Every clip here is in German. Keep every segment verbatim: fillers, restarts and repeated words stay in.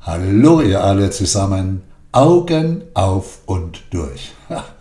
Hallo ihr alle zusammen, Augen auf und durch.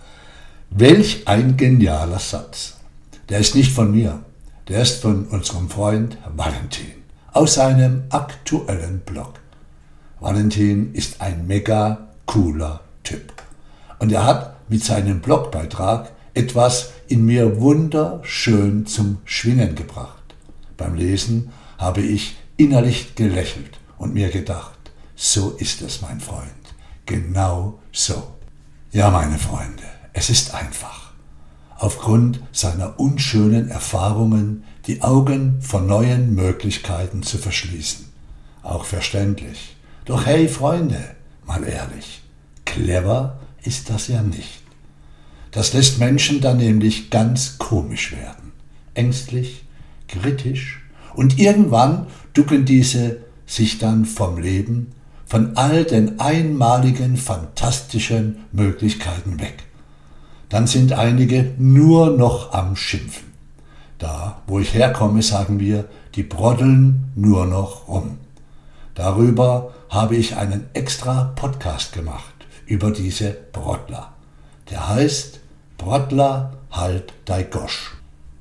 Welch ein genialer Satz. Der ist nicht von mir, der ist von unserem Freund Valentin aus seinem aktuellen Blog. Valentin ist ein mega cooler Typ und er hat mit seinem Blogbeitrag etwas in mir wunderschön zum Schwingen gebracht. Beim Lesen habe ich innerlich gelächelt und mir gedacht, so ist es, mein Freund, genau so. Ja, meine Freunde, es ist einfach. Aufgrund seiner unschönen Erfahrungen die Augen vor neuen Möglichkeiten zu verschließen. Auch verständlich. Doch hey, Freunde, mal ehrlich, clever ist das ja nicht. Das lässt Menschen dann nämlich ganz komisch werden, ängstlich, kritisch und irgendwann ducken diese sich dann vom Leben, von all den einmaligen, fantastischen Möglichkeiten weg. Dann sind einige nur noch am Schimpfen. Da, wo ich herkomme, sagen wir, die broddeln nur noch rum. Darüber habe ich einen extra Podcast gemacht, über diese Broddler. Der heißt Broddler halt dei Gosch.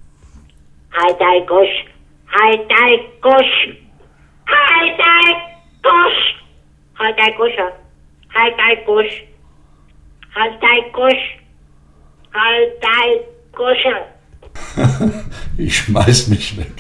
Halt dei Gosch, halt dei Gosch, halt dei Gosch, halt dei Gosche, halt dei Gosch, halt dei Gosch, halt dei Gosche. Ich schmeiß mich weg.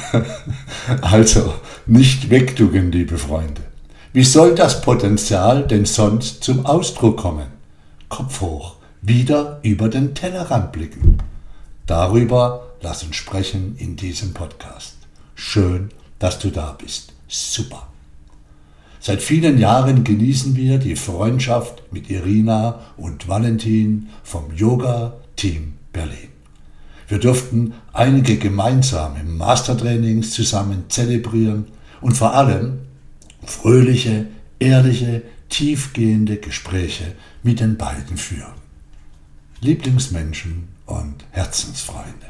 Also, nicht wegducken, liebe Freunde. Wie soll das Potenzial denn sonst zum Ausdruck kommen? Kopf hoch, wieder über den Tellerrand blicken. Darüber lass uns sprechen in diesem Podcast. Schön, dass du da bist. Super. Seit vielen Jahren genießen wir die Freundschaft mit Irina und Valentin vom Yoga-Team Berlin. Wir durften einige gemeinsame Mastertrainings zusammen zelebrieren und vor allem fröhliche, ehrliche, tiefgehende Gespräche mit den beiden führen. Lieblingsmenschen und Herzensfreunde.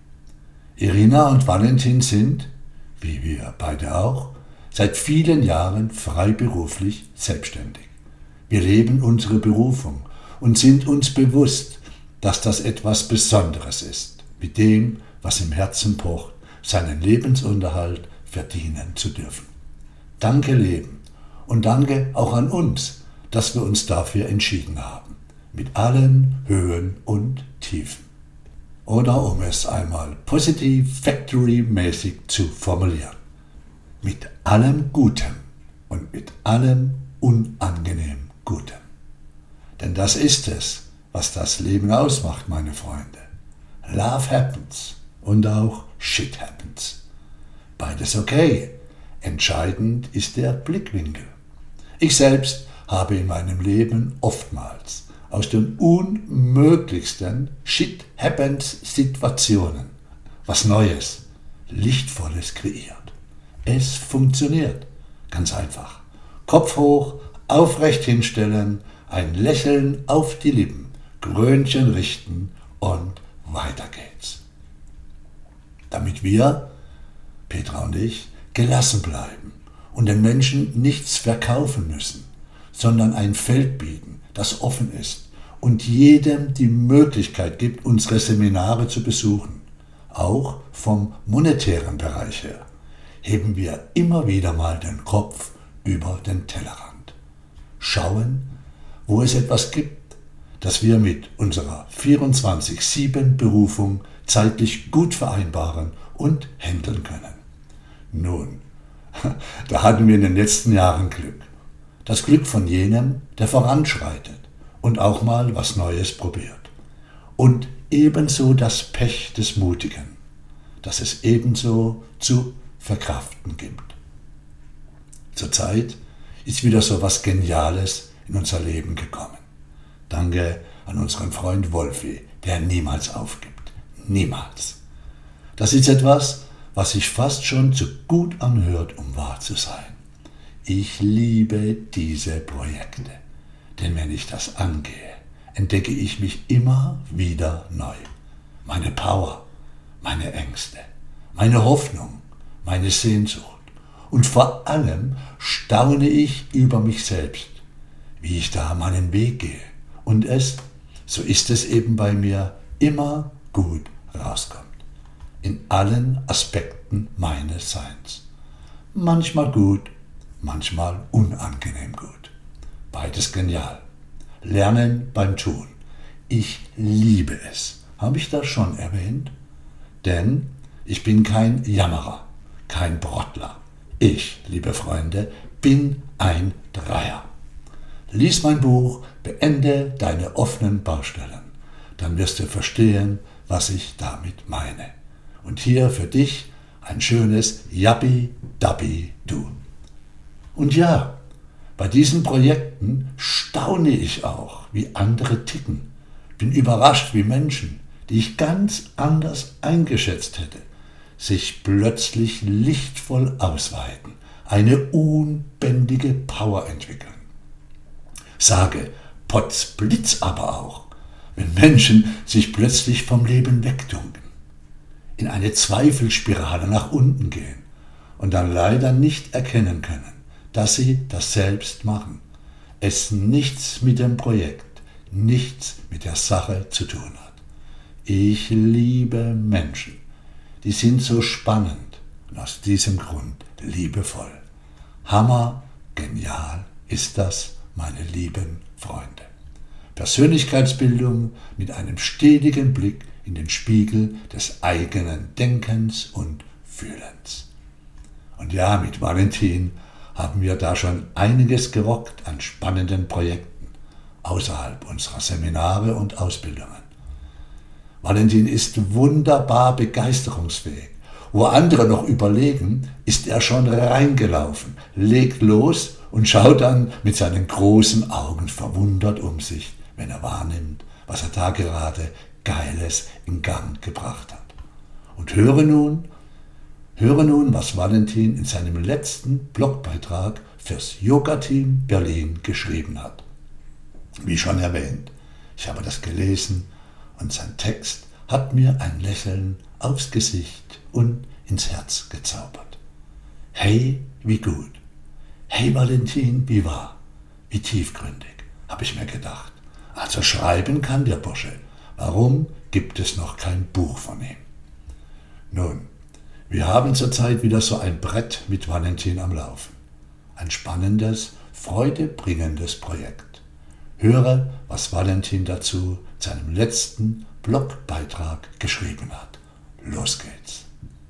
Irina und Valentin sind, wie wir beide auch, seit vielen Jahren freiberuflich selbstständig. Wir leben unsere Berufung und sind uns bewusst, dass das etwas Besonderes ist, mit dem, was im Herzen pocht, seinen Lebensunterhalt verdienen zu dürfen. Danke Leben und danke auch an uns, dass wir uns dafür entschieden haben, mit allen Höhen und Tiefen. Oder um es einmal positiv Factory-mäßig zu formulieren, mit allem Gutem und mit allem unangenehm Gutem. Denn das ist es, was das Leben ausmacht, meine Freunde. Love happens und auch Shit happens. Beides okay. Entscheidend ist der Blickwinkel. Ich selbst habe in meinem Leben oftmals aus den unmöglichsten Shit happens Situationen was Neues, Lichtvolles kreiert. Es funktioniert. Ganz einfach. Kopf hoch, aufrecht hinstellen, ein Lächeln auf die Lippen, Krönchen richten und weiter geht's. Damit wir, Petra und ich, gelassen bleiben und den Menschen nichts verkaufen müssen, sondern ein Feld bieten, das offen ist und jedem die Möglichkeit gibt, unsere Seminare zu besuchen. Auch vom monetären Bereich her heben wir immer wieder mal den Kopf über den Tellerrand. Schauen, wo es etwas gibt, das wir mit unserer vierundzwanzig sieben Berufung zeitlich gut vereinbaren und handeln können. Nun, da hatten wir in den letzten Jahren Glück. Das Glück von jenem, der voranschreitet und auch mal was Neues probiert. Und ebenso das Pech des Mutigen, das es ebenso zu verkraften gibt. Zurzeit ist wieder so was Geniales in unser Leben gekommen. Danke an unseren Freund Wolfi, der niemals aufgibt. Niemals. Das ist etwas, was sich fast schon zu gut anhört, um wahr zu sein. Ich liebe diese Projekte, denn wenn ich das angehe, entdecke ich mich immer wieder neu. Meine Power, meine Ängste, meine Hoffnung, meine Sehnsucht Und vor allem staune ich über mich selbst, wie ich da meinen Weg gehe und es, so ist es eben bei mir, immer gut rauskommt. In allen Aspekten meines Seins. Manchmal gut, manchmal unangenehm gut. Beides genial. Lernen beim Tun. Ich liebe es. Habe ich das schon erwähnt? Denn ich bin kein Jammerer, kein Brottler. Ich, liebe Freunde, bin ein Dreier. Lies mein Buch, beende deine offenen Baustellen. Dann wirst du verstehen, was ich damit meine. Und hier für dich ein schönes Yappi-Dabbi-Du. Und ja, bei diesen Projekten staune ich auch, wie andere ticken. Bin überrascht, wie Menschen, die ich ganz anders eingeschätzt hätte, sich plötzlich lichtvoll ausweiten, eine unbändige Power entwickeln. Sage Potzblitz aber auch, wenn Menschen sich plötzlich vom Leben wegdunken, in eine Zweifelspirale nach unten gehen und dann leider nicht erkennen können, dass sie das selbst machen, es nichts mit dem Projekt, nichts mit der Sache zu tun hat. Ich liebe Menschen, die sind so spannend und aus diesem Grund liebevoll. Hammer, genial ist das, meine lieben Freunde. Persönlichkeitsbildung mit einem stetigen Blick in den Spiegel des eigenen Denkens und Fühlens. Und ja, mit Valentin haben wir da schon einiges gerockt an spannenden Projekten außerhalb unserer Seminare und Ausbildungen. Valentin ist wunderbar begeisterungsfähig. Wo andere noch überlegen, ist er schon reingelaufen, legt los und schaut dann mit seinen großen Augen verwundert um sich, wenn er wahrnimmt, was er da gerade Geiles in Gang gebracht hat. Und höre nun, höre nun, was Valentin in seinem letzten Blogbeitrag fürs Yoga-Team Berlin geschrieben hat. Wie schon erwähnt, ich habe das gelesen und sein Text hat mir ein Lächeln aufs Gesicht und ins Herz gezaubert. Hey, wie gut. Hey Valentin, wie wahr. Wie tiefgründig, habe ich mir gedacht. Also schreiben kann der Bursche. Warum gibt es noch kein Buch von ihm? Nun, wir haben zurzeit wieder so ein Brett mit Valentin am Laufen. Ein spannendes, freudebringendes Projekt. Höre, was Valentin dazu seinem letzten Blogbeitrag geschrieben hat. Los geht's.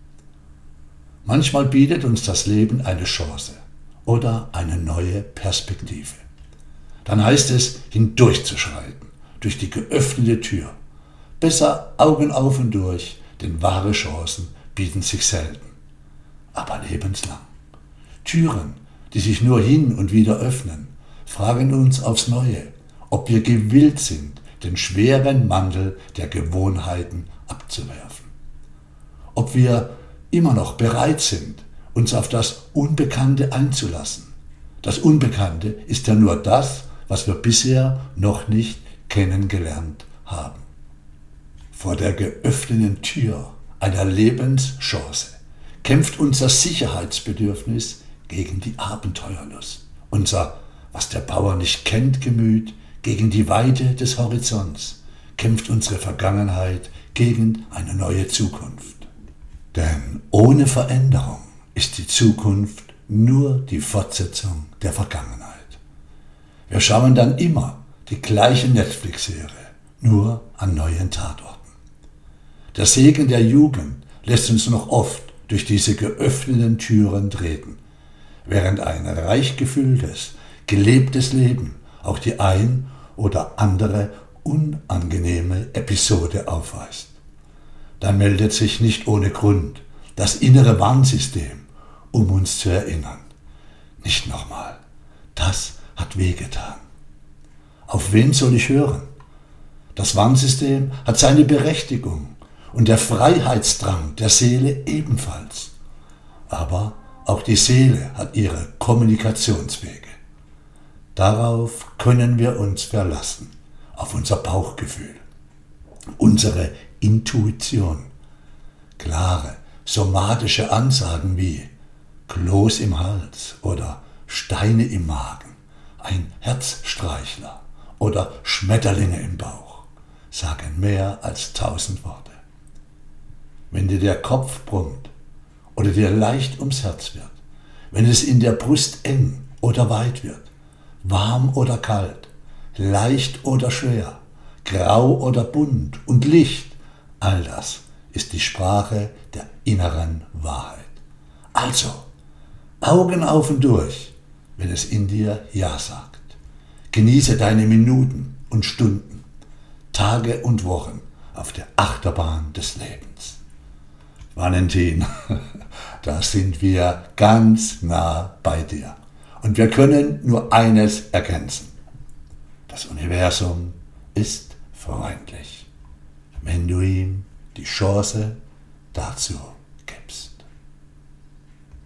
Manchmal bietet uns das Leben eine Chance oder eine neue Perspektive. Dann heißt es, hindurchzuschreiten, durch die geöffnete Tür. Besser Augen auf und durch, denn wahre Chancen bieten sich selten, aber lebenslang. Türen, die sich nur hin und wieder öffnen, fragen uns aufs Neue, ob wir gewillt sind, den schweren Mantel der Gewohnheiten abzuwerfen. Ob wir immer noch bereit sind, uns auf das Unbekannte einzulassen. Das Unbekannte ist ja nur das, was wir bisher noch nicht kennengelernt haben. Vor der geöffneten Tür einer Lebenschance kämpft unser Sicherheitsbedürfnis gegen die Abenteuerlust. Unser, was der Bauer nicht kennt, Gemüt gegen die Weite des Horizonts, kämpft unsere Vergangenheit gegen eine neue Zukunft. Denn ohne Veränderung ist die Zukunft nur die Fortsetzung der Vergangenheit. Wir schauen dann immer die gleiche Netflix-Serie, nur an neuen Tatorten. Der Segen der Jugend lässt uns noch oft durch diese geöffneten Türen treten, während ein reich gefülltes, gelebtes Leben auch die ein oder andere unangenehme Episode aufweist. Dann meldet sich nicht ohne Grund das innere Warnsystem, um uns zu erinnern. Nicht nochmal, das hat wehgetan. Auf wen soll ich hören? Das Warnsystem hat seine Berechtigung und der Freiheitsdrang der Seele ebenfalls. Aber auch die Seele hat ihre Kommunikationswege. Darauf können wir uns verlassen, auf unser Bauchgefühl, unsere Intuition. Klare, somatische Ansagen wie Kloß im Hals oder Steine im Magen, ein Herzstreichler oder Schmetterlinge im Bauch sagen mehr als tausend Worte. Wenn dir der Kopf brummt oder dir leicht ums Herz wird, wenn es in der Brust eng oder weit wird, warm oder kalt, leicht oder schwer, grau oder bunt und Licht, all das ist die Sprache der inneren Wahrheit. Also, Augen auf und durch, wenn es in dir Ja sagt. Genieße deine Minuten und Stunden, Tage und Wochen auf der Achterbahn des Lebens. Valentin, da sind wir ganz nah bei dir. Und wir können nur eines ergänzen. Das Universum ist freundlich, wenn du ihm die Chance dazu